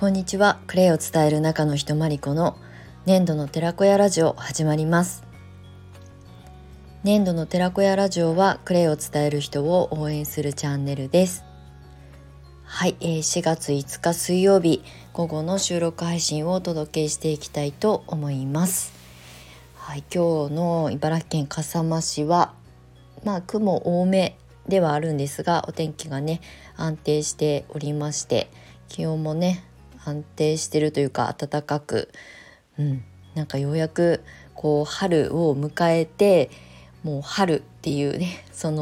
こんにちは。クレイを伝える中の人まりこの粘土の寺子屋ラジオ始まります。粘土の寺子屋ラジオはクレイを伝える人を応援するチャンネルです。はい、4月5日水曜日午後の収録配信をお届けしていきたいと思います。はい、今日の茨城県笠間市は雲多めではあるんですが、お天気がね安定しておりまして、気温もね安定してるというか暖かく、なんかようやく春を迎えて、もう春っていうね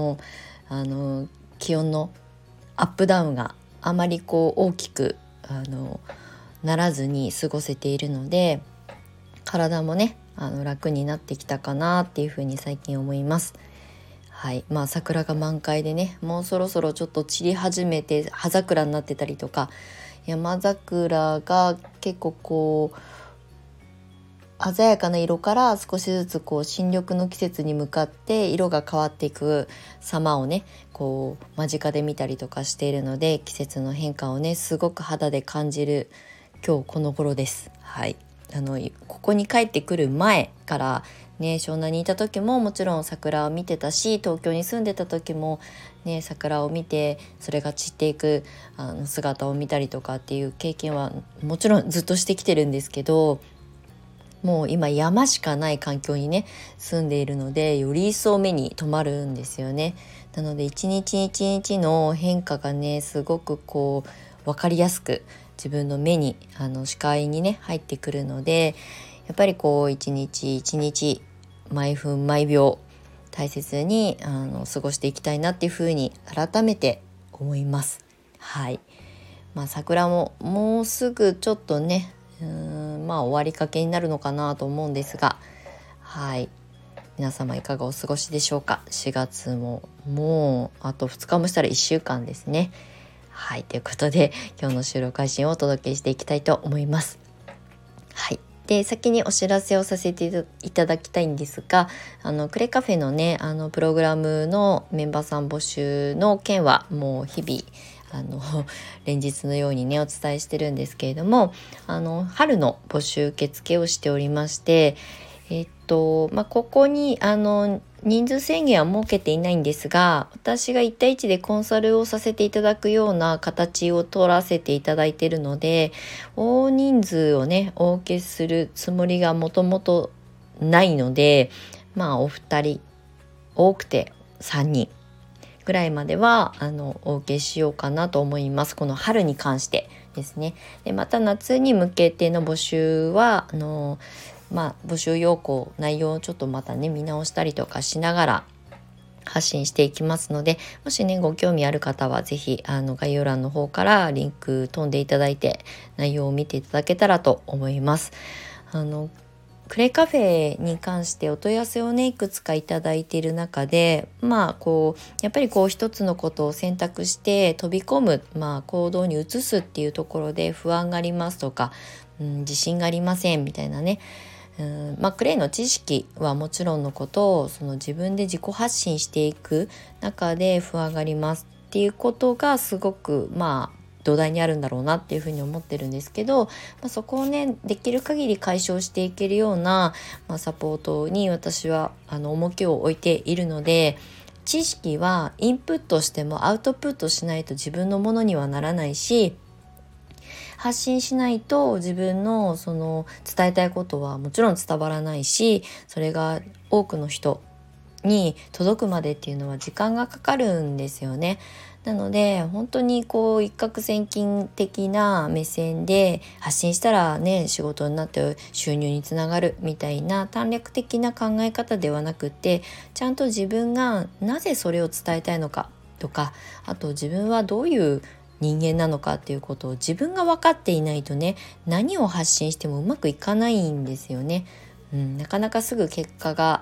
気温のアップダウンがあまり大きくならずに過ごせているので、体もね楽になってきたかなっていうふうに最近思います。はい、桜が満開でね、もうそろそろちょっと散り始めて葉桜になってたりとか、山桜が結構鮮やかな色から少しずつ新緑の季節に向かって色が変わっていく様をね間近で見たりとかしているので、季節の変化をねすごく肌で感じる今日この頃です。はい、ここに帰ってくる前からね、湘南にいた時ももちろん桜を見てたし、東京に住んでた時もね桜を見て、それが散っていく姿を見たりとかっていう経験はもちろんずっとしてきてるんですけど、もう今山しかない環境にね住んでいるので、より一層目に留まるんですよね。なので一日一日の変化がねすごく分かりやすく自分の目に視界にね入ってくるので、やっぱり一日一日毎分毎秒大切に過ごしていきたいなっていうふうに改めて思います。はい、桜ももうすぐちょっとね終わりかけになるのかなと思うんですが、はい、皆様いかがお過ごしでしょうか。4月ももうあと2日もしたら1週間ですね。はい、ということで今日の収録配信をお届けしていきたいと思います。はい、で先にお知らせをさせていただきたいんですが、クレカフェのねプログラムのメンバーさん募集の件はもう日々連日のようにねお伝えしてるんですけれども、春の募集受付をしておりまして、ここに人数制限は設けていないんですが、私が1対1でコンサルをさせていただくような形を取らせていただいているので、大人数をねお受けするつもりがもともとないので、お二人多くて3人ぐらいまではお受けしようかなと思います。この春に関してですね。でまた夏に向けての募集は募集要項内容をちょっとまたね見直したりとかしながら発信していきますので、もしねご興味ある方はぜひ概要欄の方からリンク飛んでいただいて内容を見ていただけたらと思います。クレイカフェに関してお問い合わせをねいくつかいただいている中で、やっぱり一つのことを選択して飛び込む、行動に移すっていうところで不安がありますとか、自信がありませんみたいなね、クレイの知識はもちろんのこと、自分で自己発信していく中で不安がありますっていうことがすごく土台にあるんだろうなっていうふうに思ってるんですけど、そこをねできる限り解消していけるような、サポートに私は重きを置いているので、知識はインプットしてもアウトプットしないと自分のものにはならないし、発信しないと自分の伝えたいことはもちろん伝わらないし、それが多くの人に届くまでっていうのは時間がかかるんですよね。なので本当に一攫千金的な目線で発信したらね仕事になって収入につながるみたいな短絡的な考え方ではなくて、ちゃんと自分がなぜそれを伝えたいのかとか、あと自分はどういう人間なのかっていうことを自分が分かっていないとね、何を発信してもうまくいかないんですよね。なかなかすぐ結果が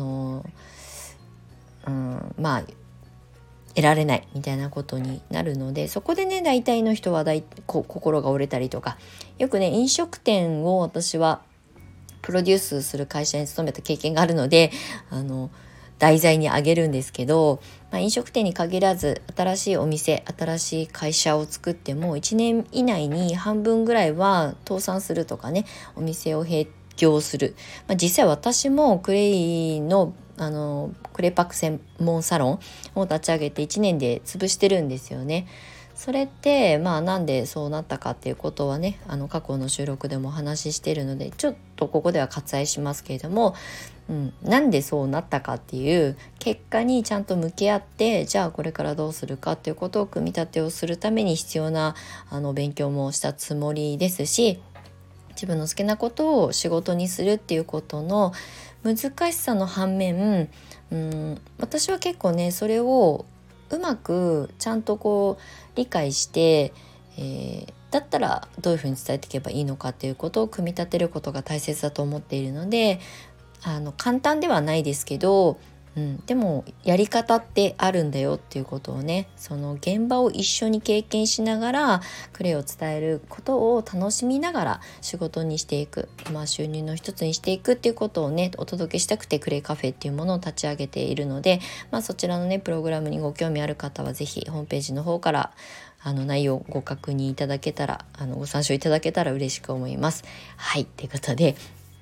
得られないみたいなことになるので、そこでね大体の人は心が折れたりとか、よくね飲食店を私はプロデュースする会社に勤めた経験があるので題材に挙げるんですけど、 飲食店に限らず新しいお店、新しい会社を作っても1年以内に半分ぐらいは倒産するとかね、お店を閉業する。実際私もクレイのクレイパック専門サロンを立ち上げて1年で潰してるんですよね。それってなんでそうなったかっていうことはね、過去の収録でもお話ししているのでちょっとここでは割愛しますけれども、なんでそうなったかっていう結果にちゃんと向き合って、じゃあこれからどうするかっていうことを組み立てをするために必要な勉強もしたつもりですし、自分の好きなことを仕事にするっていうことの難しさの反面、私は結構ねそれをうまくちゃんと理解して、だったらどういうふうに伝えていけばいいのかっていうことを組み立てることが大切だと思っているので、簡単ではないですけど、でもやり方ってあるんだよっていうことをね、その現場を一緒に経験しながらクレイを伝えることを楽しみながら仕事にしていく、収入の一つにしていくっていうことをねお届けしたくてクレイカフェっていうものを立ち上げているので、そちらのねプログラムにご興味ある方はぜひホームページの方から内容をご確認いただけたらご参照いただけたら嬉しく思います。はい、ということで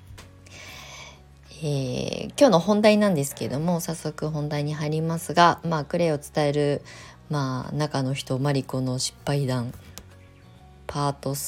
今日の本題なんですけれども、早速本題に入りますが、クレイを伝える、中の人マリコの失敗談パート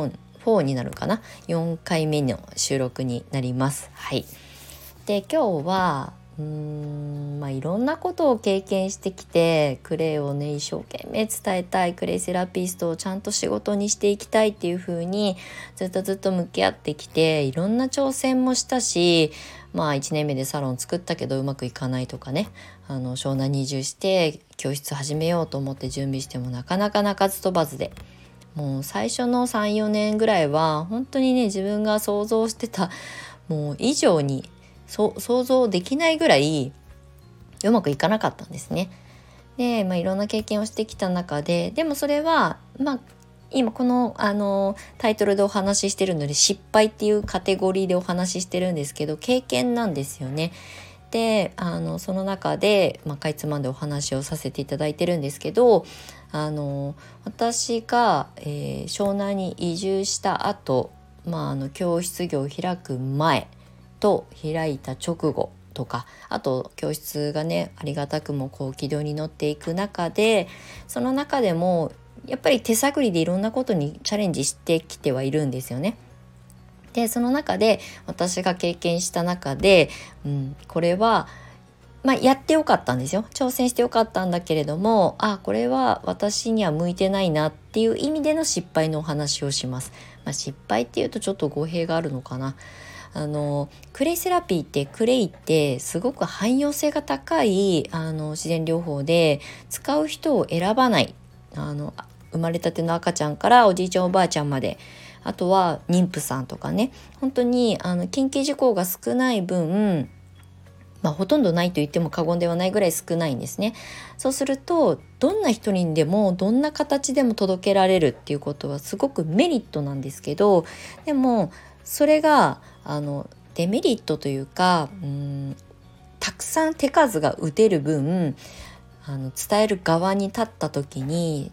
4になるかな、4回目の収録になります。はい。で今日はいろんなことを経験してきて、クレイをね一生懸命伝えたい、クレイセラピストをちゃんと仕事にしていきたいっていう風にずっと向き合ってきて、いろんな挑戦もしたし、1年目でサロン作ったけどうまくいかないとかね、湘南に移住して教室始めようと思って準備してもなかなか鳴かず飛ばずで、もう最初の 3,4 年ぐらいは本当にね自分が想像してたもう以上に想像できないぐらいうまくいかなかったんですね。で、いろんな経験をしてきた中で、でもそれは今この、タイトルでお話ししてるので失敗っていうカテゴリーでお話ししてるんですけど、経験なんですよね。でその中で、かいつまんでお話をさせていただいてるんですけど、私が、湘南に移住した後、教室業を開く前と開いた直後とか、あと教室がねありがたくも軌道に乗っていく中で、その中でもやっぱり手探りでいろんなことにチャレンジしてきてはいるんですよね。でその中で私が経験した中で、これはやってよかったんですよ。挑戦してよかったんだけれども、これは私には向いてないなっていう意味での失敗のお話をします。失敗っていうとちょっと語弊があるのかな。クレイセラピーってクレイってすごく汎用性が高い自然療法で、使う人を選ばない、生まれたての赤ちゃんからおじいちゃんおばあちゃんまで、あとは妊婦さんとかね、本当に緊急事項が少ない分、ほとんどないと言っても過言ではないぐらい少ないんですね。そうするとどんな人にでもどんな形でも届けられるっていうことはすごくメリットなんですけど、でもそれがデメリットというか、たくさん手数が打てる分、伝える側に立った時に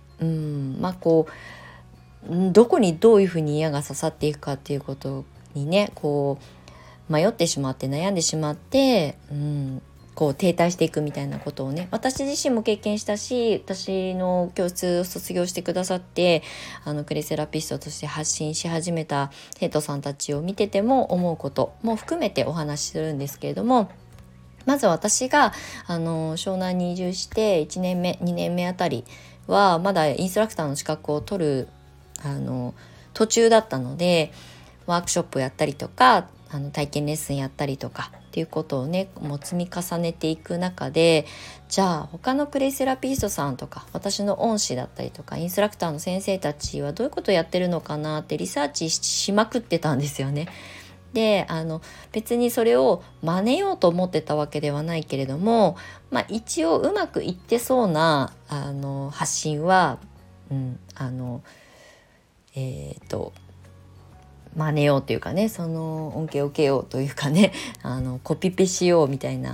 どこにどういうふうに矢が刺さっていくかっていうことにね迷ってしまって悩んでしまって、停滞していくみたいなことをね、私自身も経験したし、私の教室を卒業してくださってクレイセラピストとして発信し始めた生徒さんたちを見てても思うことも含めてお話しするんですけれども、まず私が湘南に移住して1年目2年目あたりはまだインストラクターの資格を取る途中だったので、ワークショップをやったりとか体験レッスンやったりとかっていうことをねもう積み重ねていく中で、じゃあ他のクレイセラピストさんとか私の恩師だったりとかインストラクターの先生たちはどういうことをやってるのかなってリサーチしまくってたんですよね。で別にそれを真似ようと思ってたわけではないけれども、一応うまくいってそうな発信は、真似ようというかね、その恩恵を受けようというかねコピペしようみたいな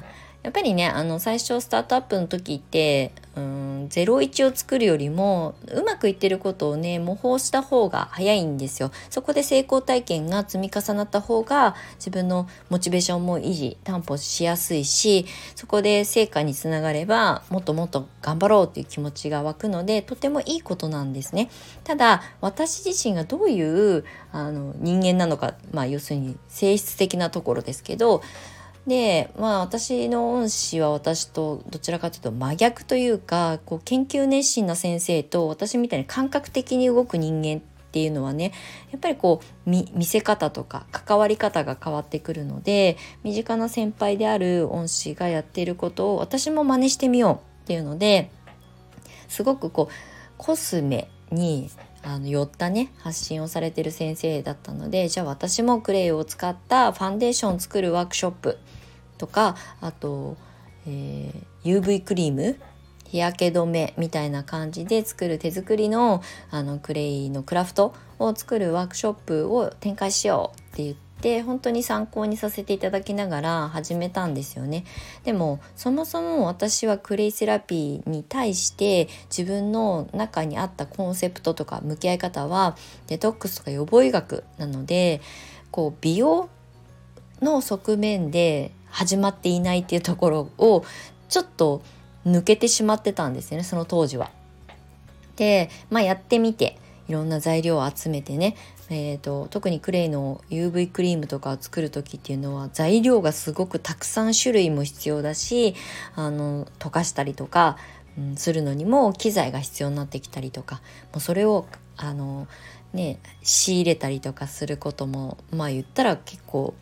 やっぱりね最初スタートアップの時って01を作るよりもうまくいってることをね模倣した方が早いんですよ。そこで成功体験が積み重なった方が自分のモチベーションも維持担保しやすいし、そこで成果につながればもっともっと頑張ろうっていう気持ちが湧くので、とてもいいことなんですね。ただ私自身がどういう人間なのか、要するに性質的なところですけど、で私の恩師は私とどちらかというと真逆というか、研究熱心な先生と私みたいに感覚的に動く人間っていうのはね、やっぱり見せ方とか関わり方が変わってくるので、身近な先輩である恩師がやっていることを私も真似してみようっていうので、すごくコスメに寄ったね発信をされてる先生だったので、じゃあ私もクレイを使ったファンデーションを作るワークショップとか、あと、UV クリーム、日焼け止めみたいな感じで作る手作りのクレイのクラフトを作るワークショップを展開しようって言って、本当に参考にさせていただきながら始めたんですよね。でもそもそも私はクレイセラピーに対して自分の中にあったコンセプトとか向き合い方はデトックスとか予防医学なので、美容の側面で始まっていないっていうところをちょっと抜けてしまってたんですよね、その当時は。で、やってみていろんな材料を集めてね、特にクレイの UV クリームとかを作る時っていうのは材料がすごくたくさん種類も必要だし、溶かしたりとか、するのにも機材が必要になってきたりとか、もうそれを仕入れたりとかすることも言ったら結構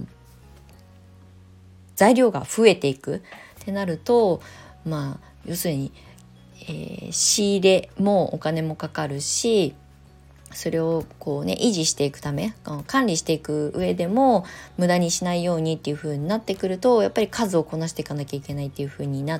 材料が増えていくってなると、要するに、仕入れもお金もかかるし、それを維持していくため、管理していく上でも無駄にしないようにっていう風になってくると、やっぱり数をこなしていかなきゃいけないっていう風になって、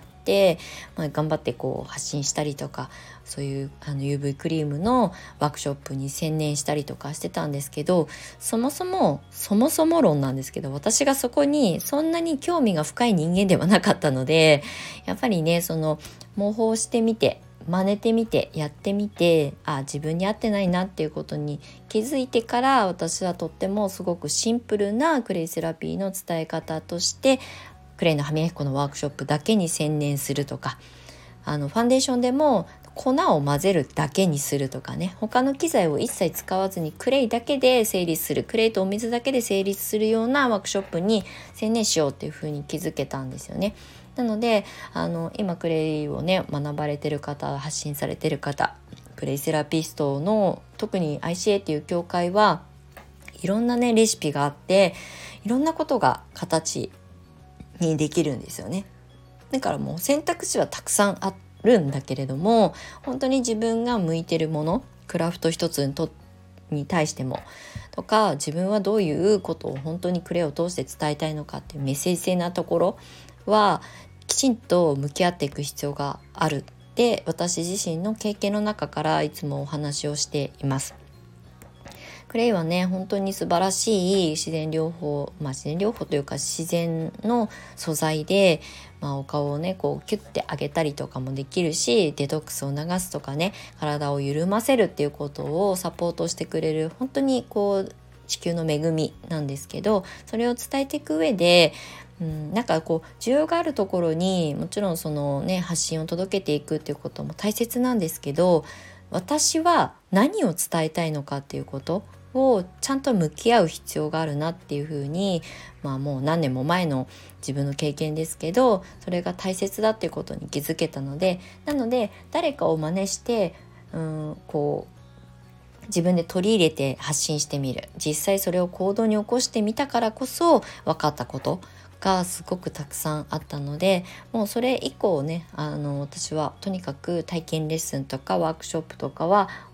頑張って発信したりとか、そういうUV クリームのワークショップに専念したりとかしてたんですけど、そもそも論なんですけど、私がそこにそんなに興味が深い人間ではなかったので、やっぱりね模倣してみて真似てみてやってみて、自分に合ってないなっていうことに気づいてから、私はとってもすごくシンプルなクレイセラピーの伝え方としてクレイの歯磨き粉のワークショップだけに専念するとか、ファンデーションでも粉を混ぜるだけにするとかね、他の機材を一切使わずにクレイだけで成立する、クレイとお水だけで成立するようなワークショップに専念しようっていうふうに気づけたんですよね。なので今クレイをね学ばれてる方、発信されてる方、クレイセラピストの特に ICA っていう協会はいろんなねレシピがあって、いろんなことが形にできるんですよね。だからもう選択肢はたくさんあるんだけれども、本当に自分が向いてるもの、クラフト一つに対してもとか、自分はどういうことを本当にクレイを通して伝えたいのかっていうメッセージ性なところはきちんと向き合っていく必要があるって私自身の経験の中からいつもお話をしています。クレイはね本当に素晴らしい自然療法、自然療法というか自然の素材で、お顔をねキュッて上げたりとかもできるし、デトックスを流すとかね、体を緩ませるっていうことをサポートしてくれる本当に地球の恵みなんですけど、それを伝えていく上で需要があるところにもちろん発信を届けていくっていうことも大切なんですけど、私は何を伝えたいのかっていうことをちゃんと向き合う必要があるなっていうふうに、もう何年も前の自分の経験ですけど、それが大切だっていうことに気づけたので、なので誰かを真似して自分で取り入れて発信してみる、実際それを行動に起こしてみたからこそ分かったことがすごくたくさんあったので、もうそれ以降ね私はとにかく体験レッスンとかワークショップとかは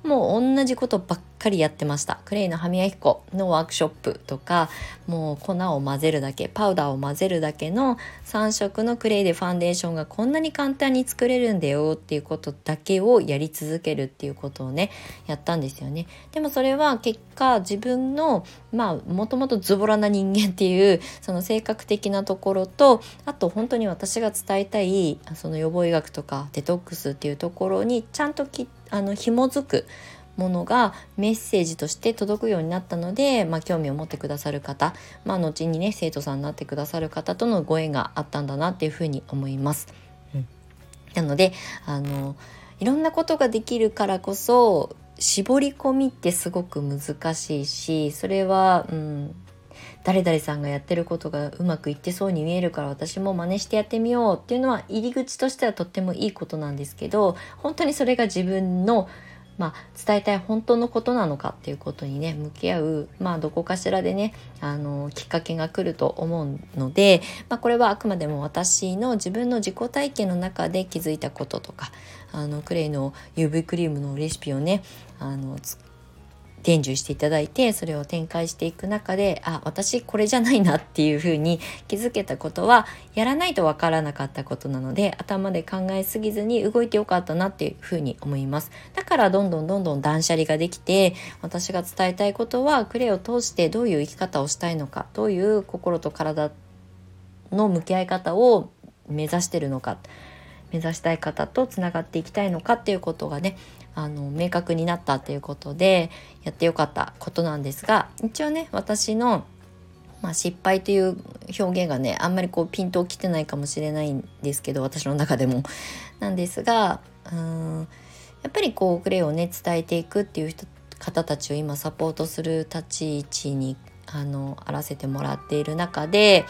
もう同じことばっかりやってました。クレイの歯磨き粉のワークショップとか、もう粉を混ぜるだけ、パウダーを混ぜるだけの3色のクレイでファンデーションがこんなに簡単に作れるんだよっていうことだけをやり続けるっていうことをねやったんですよね。でもそれは結果自分のもともとズボラな人間っていうその性格的なところと、あと本当に私が伝えたいその予防医学とかデトックスっていうところにちゃんと紐づくものがメッセージとして届くようになったので、興味を持ってくださる方、後にね生徒さんになってくださる方とのご縁があったんだなっていうふうに思います。なのでいろんなことができるからこそ絞り込みってすごく難しいし、それは、誰々さんがやってることがうまくいってそうに見えるから私も真似してやってみようっていうのは入り口としてはとってもいいことなんですけど、本当にそれが自分の伝えたい本当のことなのかっていうことにね向き合う、どこかしらでねきっかけが来ると思うので、これはあくまでも私の自分の自己体験の中で気づいたこととか、クレイの UV クリームのレシピをね伝授していただいて、それを展開していく中で私これじゃないなっていうふうに気づけたことはやらないとわからなかったことなので、頭で考えすぎずに動いてよかったなっていうふうに思います。だからどんどん断捨離ができて、私が伝えたいことはクレイを通してどういう生き方をしたいのか、どういう心と体の向き合い方を目指してるのか、目指したい方とつながっていきたいのかっていうことがね明確になったということでやってよかったことなんですが、一応ね私の、失敗という表現がねあんまりピンときてないかもしれないんですけど、私の中でもなんですが、やっぱりクレイをね伝えていくっていう方たちを今サポートする立ち位置にあらせてもらっている中で、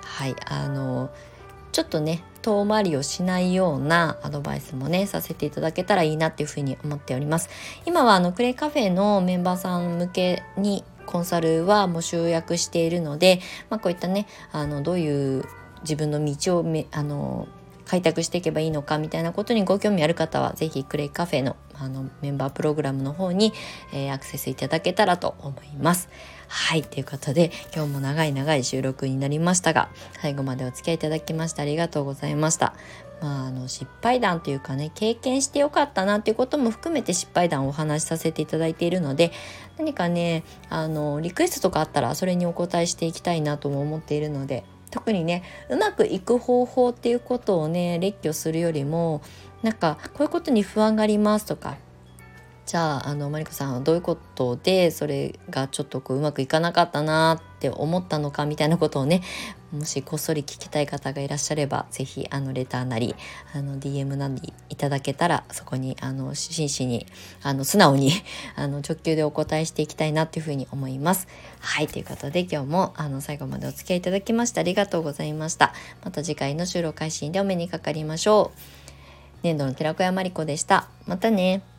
ちょっとね遠回りをしないようなアドバイスもねさせていただけたらいいなっていうふうに思っております。今はクレイカフェのメンバーさん向けにコンサルはもう集約しているので、こういったねどういう自分の道を開拓していけばいいのかみたいなことにご興味ある方はぜひクレイカフェのメンバープログラムの方に、アクセスいただけたらと思います。ということで今日も長い収録になりましたが、最後までお付き合いいただきましてありがとうございました。失敗談というかね、経験してよかったなっていうことも含めて失敗談をお話しさせていただいているので、何かねリクエストとかあったらそれにお答えしていきたいなとも思っているので、特にねうまくいく方法っていうことをね列挙するよりも、こういうことに不安がありますとか、じゃあマリコさんはどういうことでそれがちょっとうまくいかなかったなって思ったのかみたいなことをね、もしこっそり聞きたい方がいらっしゃればぜひレターなりDM なりいただけたら、そこに真摯に素直に直球でお答えしていきたいなっていうふうに思います。ということで今日も最後までお付き合いいただきましてありがとうございました。また次回の収録配信でお目にかかりましょう。年度の寺子屋マリコでした。またね。